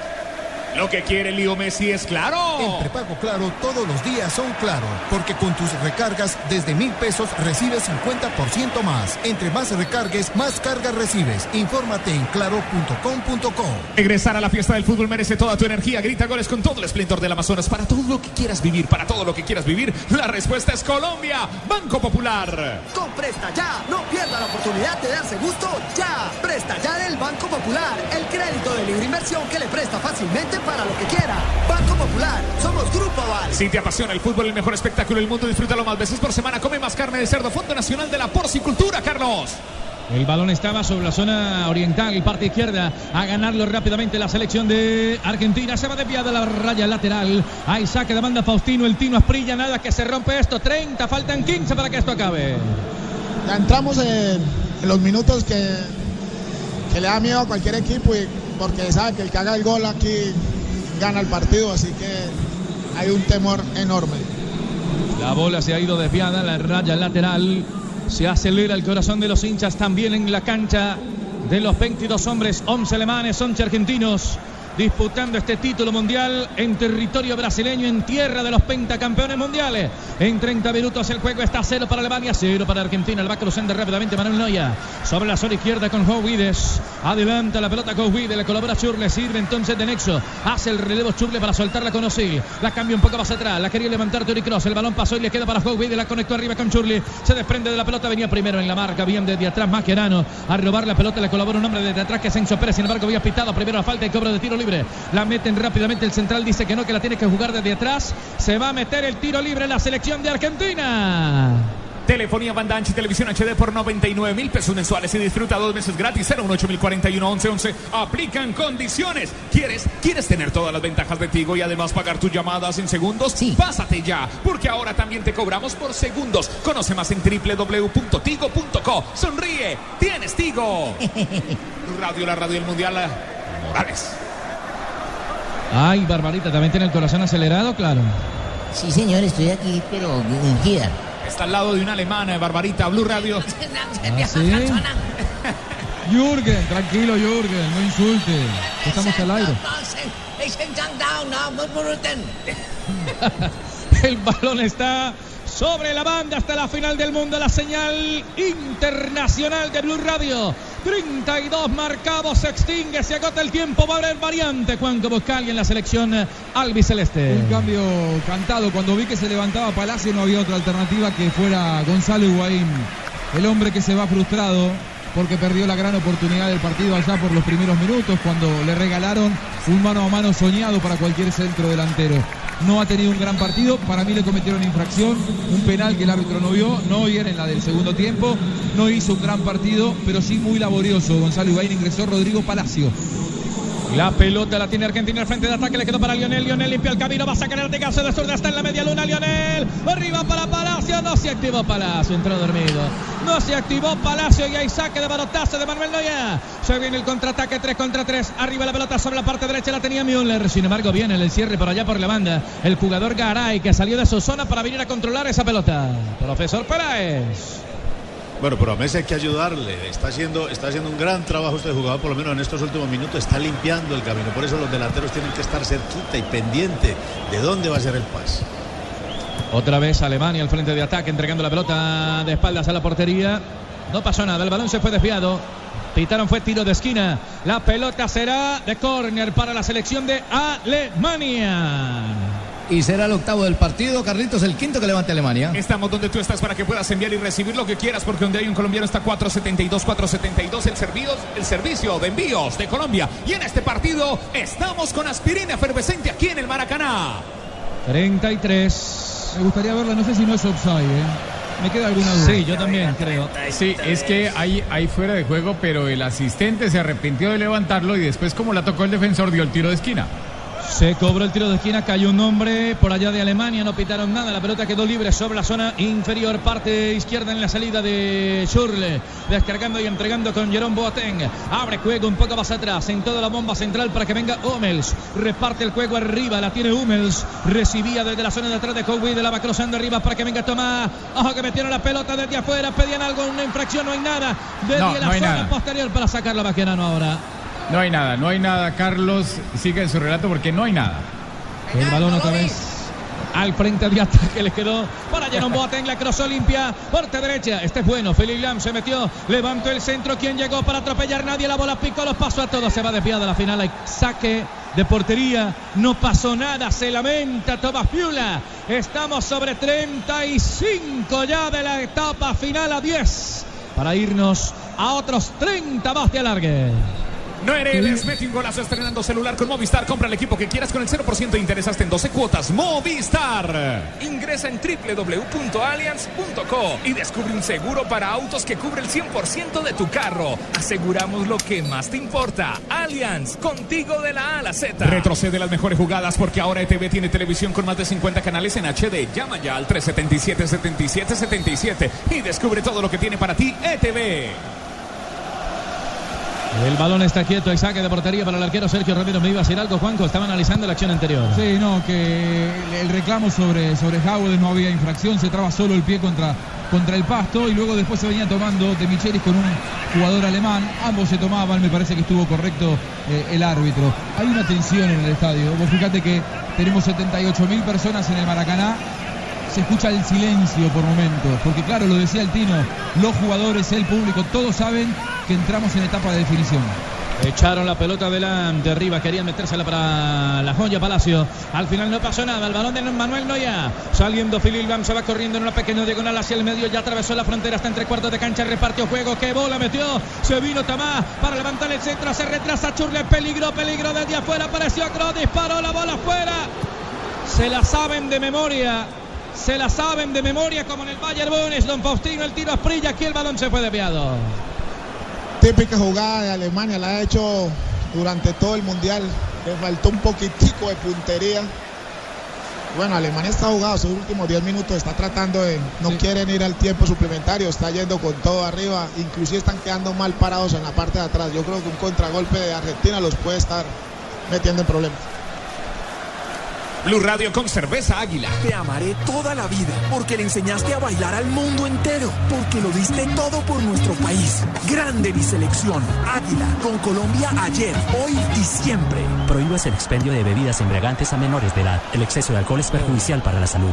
Lo que quiere Leo Messi es Claro. En prepago Claro todos los días son Claro, porque con tus recargas desde 1,000 pesos recibes 50% más. Entre más recargues, más cargas recibes. Infórmate en claro.com.co. Regresar a la fiesta del fútbol merece toda tu energía. Grita goles con todo el esplendor del Amazonas. Para todo lo que quieras vivir, para todo lo que quieras vivir, la respuesta es Colombia. Banco Popular. Con Presta Ya, no pierda la oportunidad de darse gusto ya. Presta Ya del Banco Popular, el crédito de libre inversión que le presta fácilmente para lo que quiera. Banco Popular, somos Grupo Aval. Si te apasiona el fútbol, el mejor espectáculo del mundo, disfrútalo más veces por semana. Come más carne de cerdo. Fondo Nacional de la Porcicultura, Carlos. El balón estaba sobre la zona oriental, parte izquierda, a ganarlo rápidamente la selección de Argentina. Se va desviada la raya lateral. Hay saque de banda Faustino, el Tino Asprilla. Nada que se rompe esto. 30, faltan 15 para que esto acabe. Ya entramos en los minutos que le da miedo a cualquier equipo, y porque sabe que el que haga el gol aquí gana el partido, así que hay un temor enorme. La bola se ha ido desviada, la raya lateral. Se acelera el corazón de los hinchas también en la cancha de los 22 hombres, 11 alemanes, 11 argentinos, disputando este título mundial en territorio brasileño, en tierra de los pentacampeones mundiales. En 30 minutos el juego está 0 para Alemania, 0 para Argentina. La va cruzando rápidamente Manuel Neuer sobre la zona izquierda con Jouvides. Adelanta la pelota Jouvides, le colabora Schürrle, sirve entonces de nexo. Hace el relevo Schürrle para soltarla con Özil. La cambia un poco más atrás, la quería levantar Toni Kroos. El balón pasó y le queda para Jouvides, la conectó arriba con Schürrle. Se desprende de la pelota, venía primero en la marca, bien desde atrás Mascherano a robar la pelota, le colabora un hombre desde atrás que es Enzo Pérez. Sin embargo había pitado primero la falta y cobro de tiro libre. La meten rápidamente, el central dice que no, que la tiene que jugar desde atrás. Se va a meter el tiro libre en la selección de Argentina. Telefonía banda ancha y televisión HD por 99,000 pesos mensuales y disfruta 2 meses gratis. 018-041-1111. Aplican condiciones. ¿Quieres tener todas las ventajas de Tigo y además pagar tus llamadas en segundos? Sí. Pásate ya, porque ahora también te cobramos por segundos. Conoce más en www.tigo.co. Sonríe, tienes Tigo. Radio, la radio del mundial. Morales. Ay, Barbarita, ¿también tiene el corazón acelerado? Claro. Sí, señor, estoy aquí, pero ungida. Está al lado de una alemana, Barbarita, Blue Radio. ¿Ah, sí? Jürgen, tranquilo, Jürgen, no insulte. Estamos al aire. El balón está sobre la banda hasta la final del mundo. La señal internacional de Blue Radio. 32 marcados, se extingue, se agota el tiempo. Va a haber variante, Juanco Buscali en la selección albiceleste. Un cambio cantado. Cuando vi que se levantaba Palacio no había otra alternativa que fuera Gonzalo Higuaín. El hombre que se va frustrado porque perdió la gran oportunidad del partido allá por los primeros minutos, cuando le regalaron un mano a mano soñado para cualquier centro delantero. No ha tenido un gran partido, para mí le cometieron infracción, un penal que el árbitro no vio, no viene en la del segundo tiempo, no hizo un gran partido, pero sí muy laborioso. Gonzalo Higuaín, ingresó Rodrigo Palacio. La pelota la tiene Argentina al frente de ataque, le quedó para Lionel. Lionel limpia el camino, va a sacar el latigazo de zurda, está en la media luna Lionel. Arriba para Palacio, no se activó Palacio, entró dormido. No se activó Palacio y hay saque de balotazo de Manuel Neuer. Se viene el contraataque 3 contra 3. Arriba la pelota sobre la parte derecha, la tenía Müller. Sin embargo, viene el cierre por allá por la banda. El jugador Garay que salió de su zona para venir a controlar esa pelota. Profesor Peláez. Bueno, pero a Messi hay que ayudarle. Está haciendo un gran trabajo este jugador, por lo menos en estos últimos minutos. Está limpiando el camino. Por eso los delanteros tienen que estar cerquita y pendiente de dónde va a ser el pase. Otra vez Alemania al frente de ataque, entregando la pelota de espaldas a la portería. No pasó nada, el balón se fue desviado. Pitaron, fue tiro de esquina. La pelota será de córner para la selección de Alemania. Y será el octavo del partido, Carlitos, el quinto que levante Alemania. Estamos donde tú estás para que puedas enviar y recibir lo que quieras, porque donde hay un colombiano está 472, el servicio de envíos de Colombia. Y en este partido estamos con aspirina efervescente aquí en el Maracaná. 33. Me gustaría verla, no sé si no es offside, Me queda alguna duda. Sí, yo también creo. Sí, es que hay fuera de juego, pero el asistente se arrepintió de levantarlo y después, como la tocó el defensor, dio el tiro de esquina. Se cobró el tiro de esquina, cayó un hombre por allá de Alemania, no pitaron nada, la pelota quedó libre sobre la zona inferior, parte izquierda en la salida de Schürrle, descargando y entregando con Jerome Boateng, abre juego un poco más atrás, en toda la bomba central para que venga Hummels, reparte el juego arriba, la tiene Hummels, recibía desde la zona de atrás de Kowi, de la va cruzando arriba para que venga Tomás, ojo que metieron la pelota desde afuera, pedían algo, una infracción, no hay nada, desde la zona posterior para sacarla Baquerano ahora. No hay nada, Carlos sigue en su relato porque no hay nada. El balón otra vez al frente de ataque, le quedó para Jerome Boateng, la cruzó limpia, puerta derecha, este es bueno, Philipp Lahm se metió, levantó el centro, quien llegó para atropellar, nadie, la bola picó, los pasó a todos, se va desviada la final, hay saque de portería, no pasó nada, se lamenta Thomas Müller, estamos sobre 35 ya de la etapa final a 10, para irnos a otros 30 más de alargue. No heredes, mete un golazo estrenando celular con Movistar. Compra el equipo que quieras con el 0% de interés hasta en 12 cuotas. Movistar. Ingresa en www.allianz.co y descubre un seguro para autos que cubre el 100% de tu carro. Aseguramos lo que más te importa. Allianz, contigo de la A a la Z. Retrocede las mejores jugadas porque ahora ETV tiene televisión con más de 50 canales en HD. Llama ya al 377-7777 y descubre todo lo que tiene para ti ETV. El balón está quieto, hay saque de portería para el arquero Sergio Ramírez. Me iba a decir algo, Juanjo, estaba analizando la acción anterior. Sí, no, que el reclamo sobre Howard no había infracción, se traba solo el pie contra el pasto y luego después se venía tomando De Michelis con un jugador alemán, ambos se tomaban, me parece que estuvo correcto el árbitro. Hay una tensión en el estadio, vos fíjate que tenemos 78.000 personas en el Maracaná. Se escucha el silencio por momentos, porque claro, lo decía el Tino, los jugadores, el público, todos saben que entramos en etapa de definición. Echaron la pelota delante, arriba, querían metérsela para la joya Palacio. Al final no pasó nada, el balón de Manuel Neuer. Saliendo Philipp Lahm, se va corriendo en una pequeña diagonal hacia el medio, ya atravesó la frontera, está entre cuartos de cancha, repartió juego, qué bola metió. Se vino Tomás para levantar el centro, se retrasa Schürrle, peligro desde afuera, apareció Kroos, disparó la bola afuera. Se la saben de memoria. Como en el Bayern Múnich, don Faustino, el tiro a Sprilla, aquí el balón se fue desviado. Típica jugada de Alemania, la ha hecho durante todo el Mundial, le faltó un poquitico de puntería. Bueno, Alemania está jugado sus últimos 10 minutos, está tratando de, no quieren ir al tiempo suplementario, está yendo con todo arriba, inclusive están quedando mal parados en la parte de atrás. Yo creo que un contragolpe de Argentina los puede estar metiendo en problemas. Blue Radio con cerveza Águila. Te amaré toda la vida porque le enseñaste a bailar al mundo entero, porque lo diste todo por nuestro país. Grande mi selección. Águila, con Colombia ayer, hoy y siempre. Prohíbas el expendio de bebidas embriagantes a menores de edad. El exceso de alcohol es perjudicial para la salud.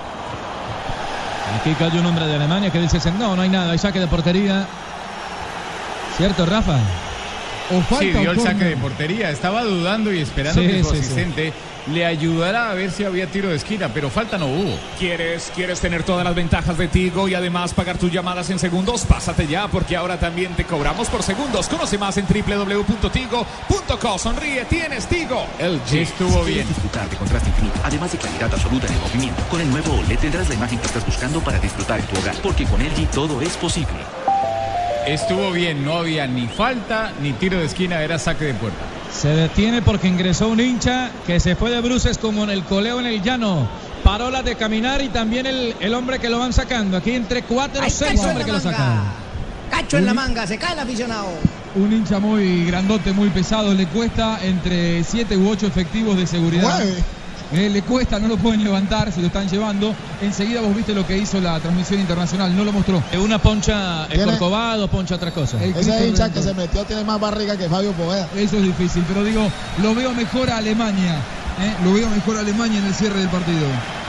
Aquí cayó un hombre de Alemania que dice, no hay nada, hay saque de portería. ¿Cierto, Rafa? Sí, dio el saque de portería. Estaba dudando y esperando que su asistente le ayudara a ver si había tiro de esquina, pero falta no hubo. ¿Quieres tener todas las ventajas de Tigo y además pagar tus llamadas en segundos? Pásate ya, porque ahora también te cobramos por segundos. Conoce más en www.tigo.co. Sonríe, tienes Tigo. LG estuvo bien. Disfrutar de contraste infinito, además de claridad absoluta en el movimiento. Con el nuevo OLED tendrás la imagen que estás buscando para disfrutar en tu hogar, porque con LG todo es posible. Estuvo bien, no había ni falta ni tiro de esquina, era saque de puerta. Se detiene porque ingresó un hincha que se fue de bruces como en el coleo en el llano. Paró la de caminar y también el hombre que lo van sacando. Aquí entre 4 o 6 hombres que lo sacan. Cacho en la manga, se cae el aficionado. Un hincha muy grandote, muy pesado, le cuesta entre 7 u 8 efectivos de seguridad. Le cuesta, no lo pueden levantar, se lo están llevando. Enseguida vos viste lo que hizo la transmisión internacional, no lo mostró. Una poncha Corcovado, poncha otra cosa. Ese hincha que se metió tiene más barriga que Fabio Poveda. Eso es difícil, pero digo, lo veo mejor a Alemania. Lo veo mejor a Alemania en el cierre del partido.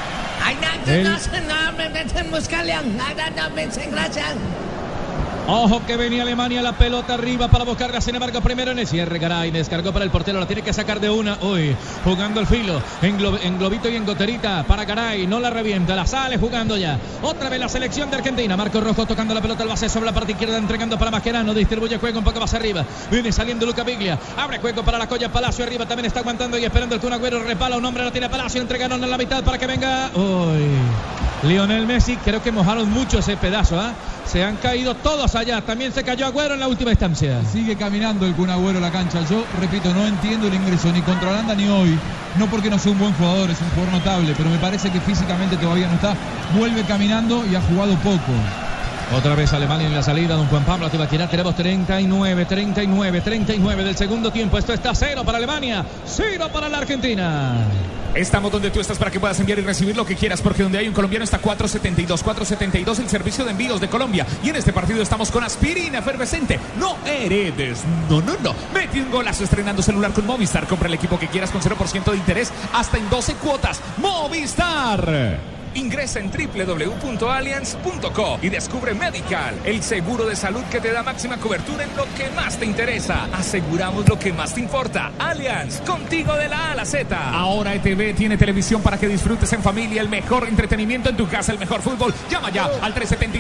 Ojo que venía Alemania, la pelota arriba para buscarla, sin embargo primero en el cierre, Garay descargó para el portero, la tiene que sacar de una, hoy jugando el filo, en globito y en goterita para Garay, no la revienta, la sale jugando ya, otra vez la selección de Argentina, Marco Rojo tocando la pelota al base sobre la parte izquierda, entregando para Mascherano, distribuye juego un poco más arriba, viene saliendo Luca Biglia, abre juego para la Colla Palacio, arriba también está aguantando y esperando el Kun Agüero, repala un hombre, no tiene Palacio, entregaron en la mitad para que venga, hoy Lionel Messi, creo que mojaron mucho ese pedazo, ¿eh? Se han caído todos allá. También se cayó Agüero en la última instancia. Sigue caminando el Kun Agüero la cancha. Yo, repito, no entiendo el ingreso ni contra Holanda ni hoy. No porque no sea un buen jugador, es un jugador notable, pero me parece que físicamente todavía no está. Vuelve caminando y ha jugado poco. Otra vez Alemania en la salida, don Juan Pablo Tibaquirá. Tenemos 39 del segundo tiempo. Esto está 0 para Alemania, 0 para la Argentina. Estamos donde tú estás para que puedas enviar y recibir lo que quieras, porque donde hay un colombiano está 472 el servicio de envíos de Colombia. Y en este partido estamos con aspirina efervescente. No heredes, no. Mete un golazo estrenando celular con Movistar. Compra el equipo que quieras con 0% de interés hasta en 12 cuotas. Movistar. Ingresa en www.allianz.co y descubre Medical, el seguro de salud que te da máxima cobertura en lo que más te interesa. Aseguramos lo que más te importa. Allianz, contigo de la A a la Z. Ahora ETV tiene televisión para que disfrutes en familia el mejor entretenimiento en tu casa, el mejor fútbol. Llama ya al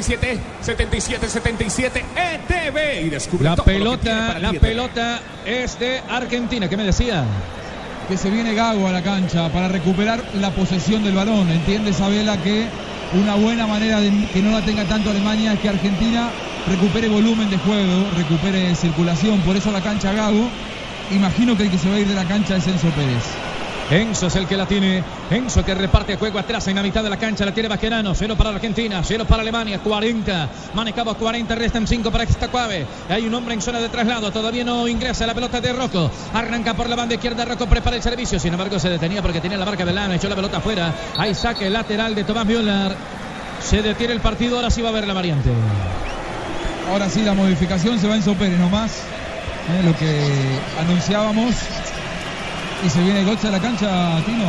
377-7777 ETV y descubre todo lo que tiene para la pelota es de Argentina. ¿Qué me decía? Que se viene Gago a la cancha para recuperar la posesión del balón. Entiende Sabela que una buena manera de que no la tenga tanto Alemania es que Argentina recupere volumen de juego, recupere circulación. Por eso la cancha Gago. Imagino que el que se va a ir de la cancha es Enzo Pérez. Enzo es el que la tiene. Enzo que reparte juego atrás en la mitad de la cancha. La tiene Baquerano. 0 para Argentina, 0 para Alemania. 40. Manejamos 40. Restan 5 para esta Cuave. Hay un hombre en zona de traslado. Todavía no ingresa la pelota de Rocco. Arranca por la banda izquierda. Rocco prepara el servicio. Sin embargo, se detenía porque tenía la marca de Lana. Echó la pelota afuera. Hay saque lateral de Thomas Müller. Se detiene el partido. Ahora sí va a haber la variante. Ahora sí la modificación. Se va Enzo Pérez nomás. Lo que anunciábamos. Y se viene Götze a la cancha, Tino.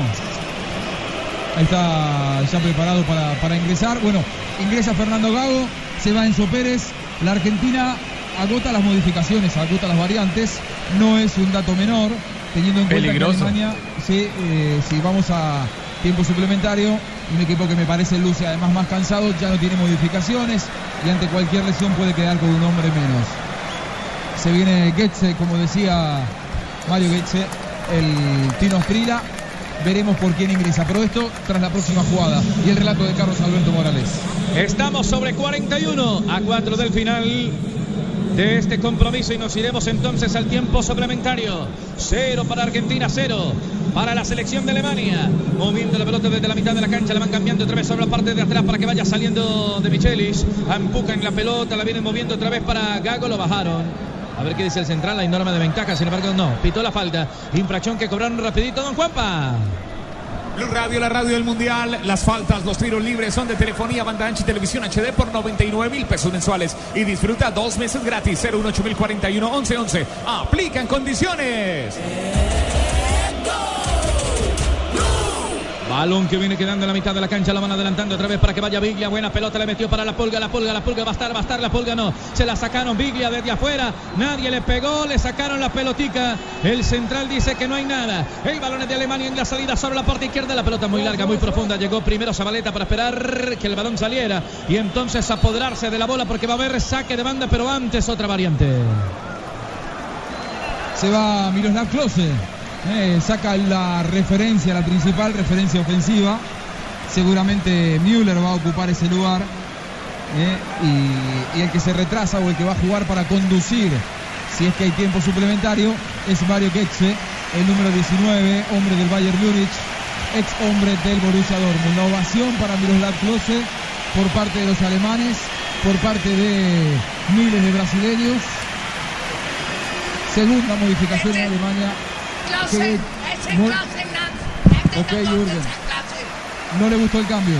Ahí está ya preparado para ingresar. Bueno, ingresa Fernando Gago, se va Enzo Pérez. La Argentina agota las modificaciones, agota las variantes. No es un dato menor, teniendo en cuenta que Alemania, si vamos a tiempo suplementario, un equipo que me parece luce además más cansado, ya no tiene modificaciones y ante cualquier lesión puede quedar con un hombre menos. Se viene Götze, como decía Mario Götze, el Tino Asprilla. Veremos por quién ingresa, pero esto tras la próxima jugada y el relato de Carlos Alberto Morales. Estamos sobre 41-4 del final de este compromiso y nos iremos entonces al tiempo suplementario. 0 para Argentina, 0 para la selección de Alemania. Moviendo la pelota desde la mitad de la cancha, la van cambiando otra vez sobre la parte de atrás para que vaya saliendo de Michelis. Empujan la pelota, la vienen moviendo otra vez para Gago, lo bajaron. A ver qué dice el central, hay norma de ventaja, sin embargo no, pitó la falta. Infracción que cobraron rapidito, don Juanpa. Blue Radio, la radio del Mundial. Las faltas, los tiros libres son de telefonía, banda ancha y televisión HD por 99.000 pesos mensuales. Y disfruta 2 meses gratis. 018.041.11.11. Aplican condiciones. Balón que viene quedando en la mitad de la cancha, la van adelantando otra vez para que vaya Biglia. Buena pelota, le metió para la Pulga va a estar, la Pulga no. Se la sacaron Biglia desde afuera, nadie le pegó, le sacaron la pelotica. El central dice que no hay nada. El balón es de Alemania en la salida sobre la parte izquierda, la pelota muy larga, muy profunda. Llegó primero Zabaleta para esperar que el balón saliera y entonces apoderarse de la bola porque va a haber saque de banda, pero antes otra variante. Se va Miroslav Klose. Saca la referencia, la principal referencia ofensiva. Seguramente Müller va a ocupar ese lugar. Y el que se retrasa o el que va a jugar para conducir, si es que hay tiempo suplementario, es Mario Götze, el número 19, hombre del Bayern Múnich, ex hombre del Borussia Dortmund. La ovación para Miroslav Klose por parte de los alemanes, por parte de miles de brasileños. Segunda modificación en Alemania. Ok, Jürgen. No le gustó el cambio.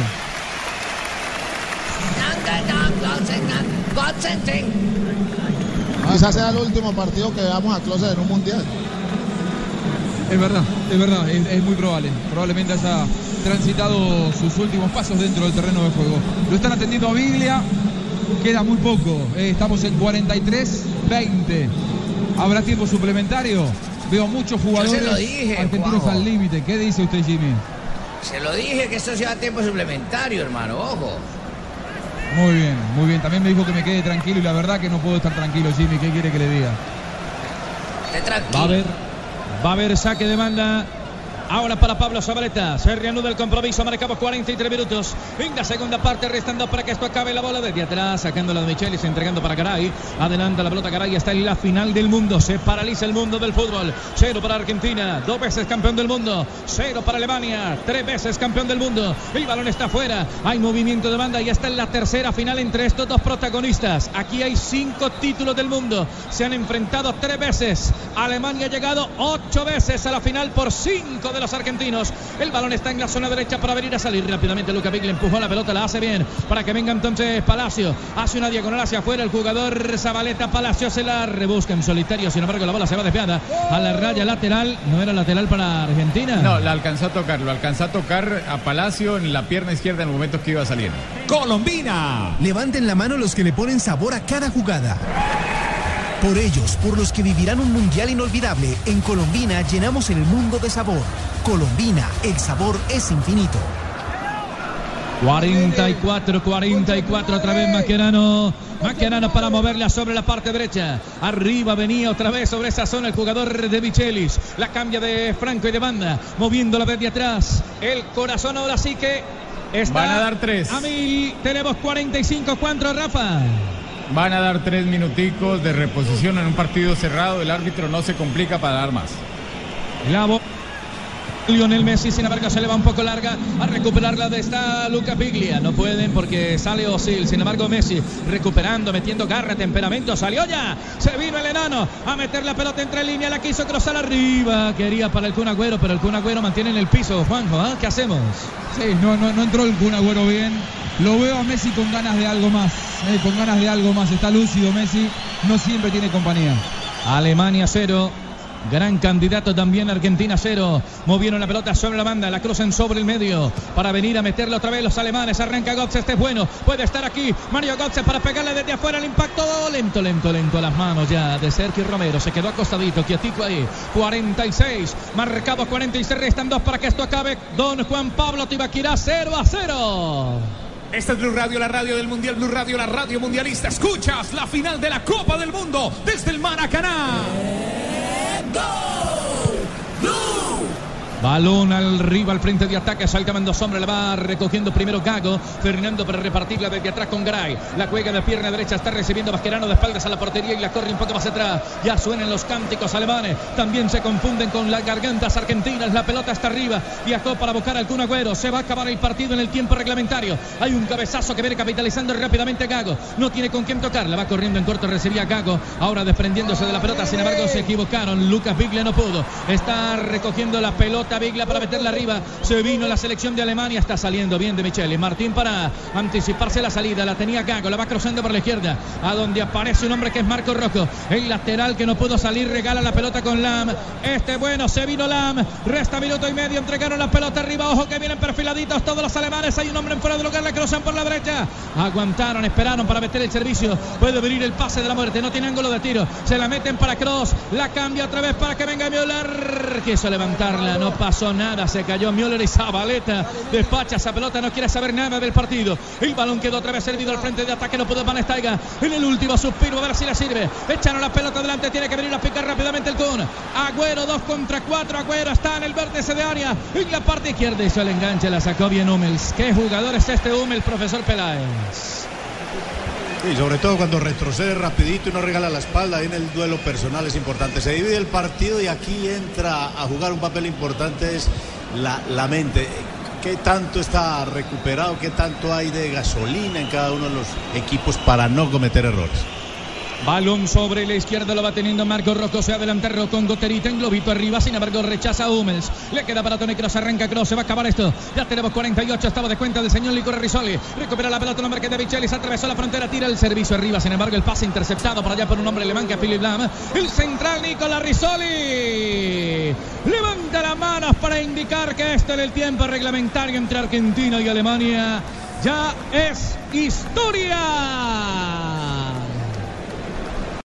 Quizás sea el último partido que veamos a Klose en un mundial. Es verdad, es muy probable. Probablemente haya transitado sus últimos pasos dentro del terreno de juego. Lo están atendiendo a Biglia. Queda muy poco. Estamos en 43-20. ¿Habrá tiempo suplementario? Veo muchos jugadores argentinos al límite. ¿Qué dice usted, Jimmy? Se lo dije que esto sea tiempo suplementario, hermano. Ojo. Muy bien. También me dijo que me quede tranquilo y la verdad que no puedo estar tranquilo, Jimmy. ¿Qué quiere que le diga? Esté tranquilo. Va a haber saque de banda Ahora para Pablo Zabaleta. Se reanuda el compromiso. Marcamos 43 minutos. En la segunda parte, restando para que esto acabe. La bola desde atrás, sacándola de Michelis, entregando para Garay. Adelanta la pelota Garay. Está en la final del mundo. Se paraliza el mundo del fútbol. 0 para Argentina. 2 veces campeón del mundo. 0 para Alemania. 3 veces campeón del mundo. El balón está afuera. Hay movimiento de banda. Y está en la tercera final entre estos dos protagonistas. Aquí hay 5 títulos del mundo. Se han enfrentado 3 veces. Alemania ha llegado 8 veces a la final por 5 de los argentinos. El balón está en la zona derecha para venir a salir rápidamente. Luca Biglia empujó la pelota, la hace bien para que venga entonces Palacio. Hace una diagonal hacia afuera el jugador Zabaleta. Palacio se la rebusca en solitario. Sin embargo, la bola se va desviada a la raya lateral. ¿No era lateral para Argentina? No, la alcanzó a tocar. Lo alcanzó a tocar a Palacio en la pierna izquierda en el momento que iba saliendo. Colombina. Levanten la mano los que le ponen sabor a cada jugada. Por ellos, por los que vivirán un mundial inolvidable, en Colombina llenamos el mundo de sabor. Colombina, el sabor es infinito. 44 otra vez Mascherano para moverla sobre la parte derecha. Arriba venía otra vez sobre esa zona el jugador de Michelis. La cambia de Franco y de banda, moviéndola desde atrás. El corazón ahora sí que está. Van a dar 3. A 1000, tenemos 45. ¿Cuánto, Rafa? Van a dar 3 minuticos de reposición en un partido cerrado. El árbitro no se complica para dar más. Lionel Messi, sin embargo, se le va un poco larga. A recuperarla de esta Luca Biglia. No pueden porque sale Özil. Sin embargo, Messi recuperando, metiendo garra, temperamento. Salió ya. Se vino el enano a meter la pelota entre línea. La quiso cruzar arriba. Quería para el Kun Agüero, pero el Kun Agüero mantiene en el piso. Juanjo, ¿qué hacemos? Sí, no entró el Kun Agüero bien. Lo veo a Messi con ganas de algo más. Con ganas de algo más. Está lúcido Messi. No siempre tiene compañía. Alemania 0. Gran candidato también Argentina 0. Movieron la pelota sobre la banda, la cruzan sobre el medio para venir a meterla otra vez los alemanes. Arranca Götze, este es bueno, puede estar aquí Mario Götze para pegarle desde afuera el impacto. Lento a las manos ya de Sergio Romero. Se quedó acostadito, quietico ahí. 46, marcado 46, restan 2 para que esto acabe. Don Juan Pablo Tibaquirá 0-0. Esta es Blue Radio, la radio del Mundial, Blue Radio, la radio mundialista. Escuchas la final de la Copa del Mundo desde el Maracaná. Balón arriba al frente de ataque, saltaban 2 hombres, la va recogiendo primero Gago, Fernando para repartirla desde atrás con Garay, la juega de pierna derecha, está recibiendo Mascherano de espaldas a la portería y la corre un poco más atrás, ya suenan los cánticos alemanes, también se confunden con las gargantas argentinas, la pelota está arriba, viajó para buscar al Kun Agüero, se va a acabar el partido en el tiempo reglamentario, hay un cabezazo que viene capitalizando rápidamente Gago, no tiene con quién tocar, la va corriendo en corto, recibía Gago, ahora desprendiéndose de la pelota, sin embargo se equivocaron, Lucas Biglia no pudo, está recogiendo la pelota Biglia para meterla arriba, se vino la selección de Alemania, está saliendo bien de Michelis, Martín para anticiparse la salida, la tenía Gago, la va cruzando por la izquierda, a donde aparece un hombre que es Marco Rocco, el lateral que no pudo salir, regala la pelota con Lam, se vino Lam, resta minuto y medio, entregaron la pelota arriba, ojo que vienen perfiladitos todos los alemanes, hay un hombre en fuera de lugar, la cruzan por la derecha, aguantaron, esperaron para meter el servicio, puede venir el pase de la muerte, no tiene ángulo de tiro, se la meten para Kroos, la cambia otra vez para que venga Müller, quiso levantarla, no pasó nada, se cayó Müller y Zabaleta despacha esa pelota, no quiere saber nada del partido, el balón quedó otra vez servido al frente de ataque, no pudo Van Steiger en el último suspiro, a ver si le sirve, echaron la pelota adelante, tiene que venir a picar rápidamente el Kun Agüero, 2 contra 4, Agüero está en el vértice de área, en la parte izquierda hizo el enganche, la sacó bien Hummels, qué jugador es este Hummels, profesor Peláez. Y sobre todo cuando retrocede rapidito y no regala la espalda, ahí en el duelo personal es importante. Se divide el partido y aquí entra a jugar un papel importante es la mente. ¿Qué tanto está recuperado? ¿Qué tanto hay de gasolina en cada uno de los equipos para no cometer errores? Balón sobre la izquierda, lo va teniendo Marco Rocco, se adelanta Rocco con Goterita en globito arriba, sin embargo rechaza a Hummels, le queda para Toni Kroos, arranca Kroos, se va a acabar esto, ya tenemos 48, estaba de cuenta del señor Nico Rizzoli, recupera la pelota, el hombre que de Michelis atravesó la frontera, tira el servicio arriba, sin embargo el pase interceptado por allá por un hombre alemán que es Philipp Lahm, el central Nicola Rizzoli, levanta las manos para indicar que esto en el tiempo reglamentario entre Argentina y Alemania ya es historia.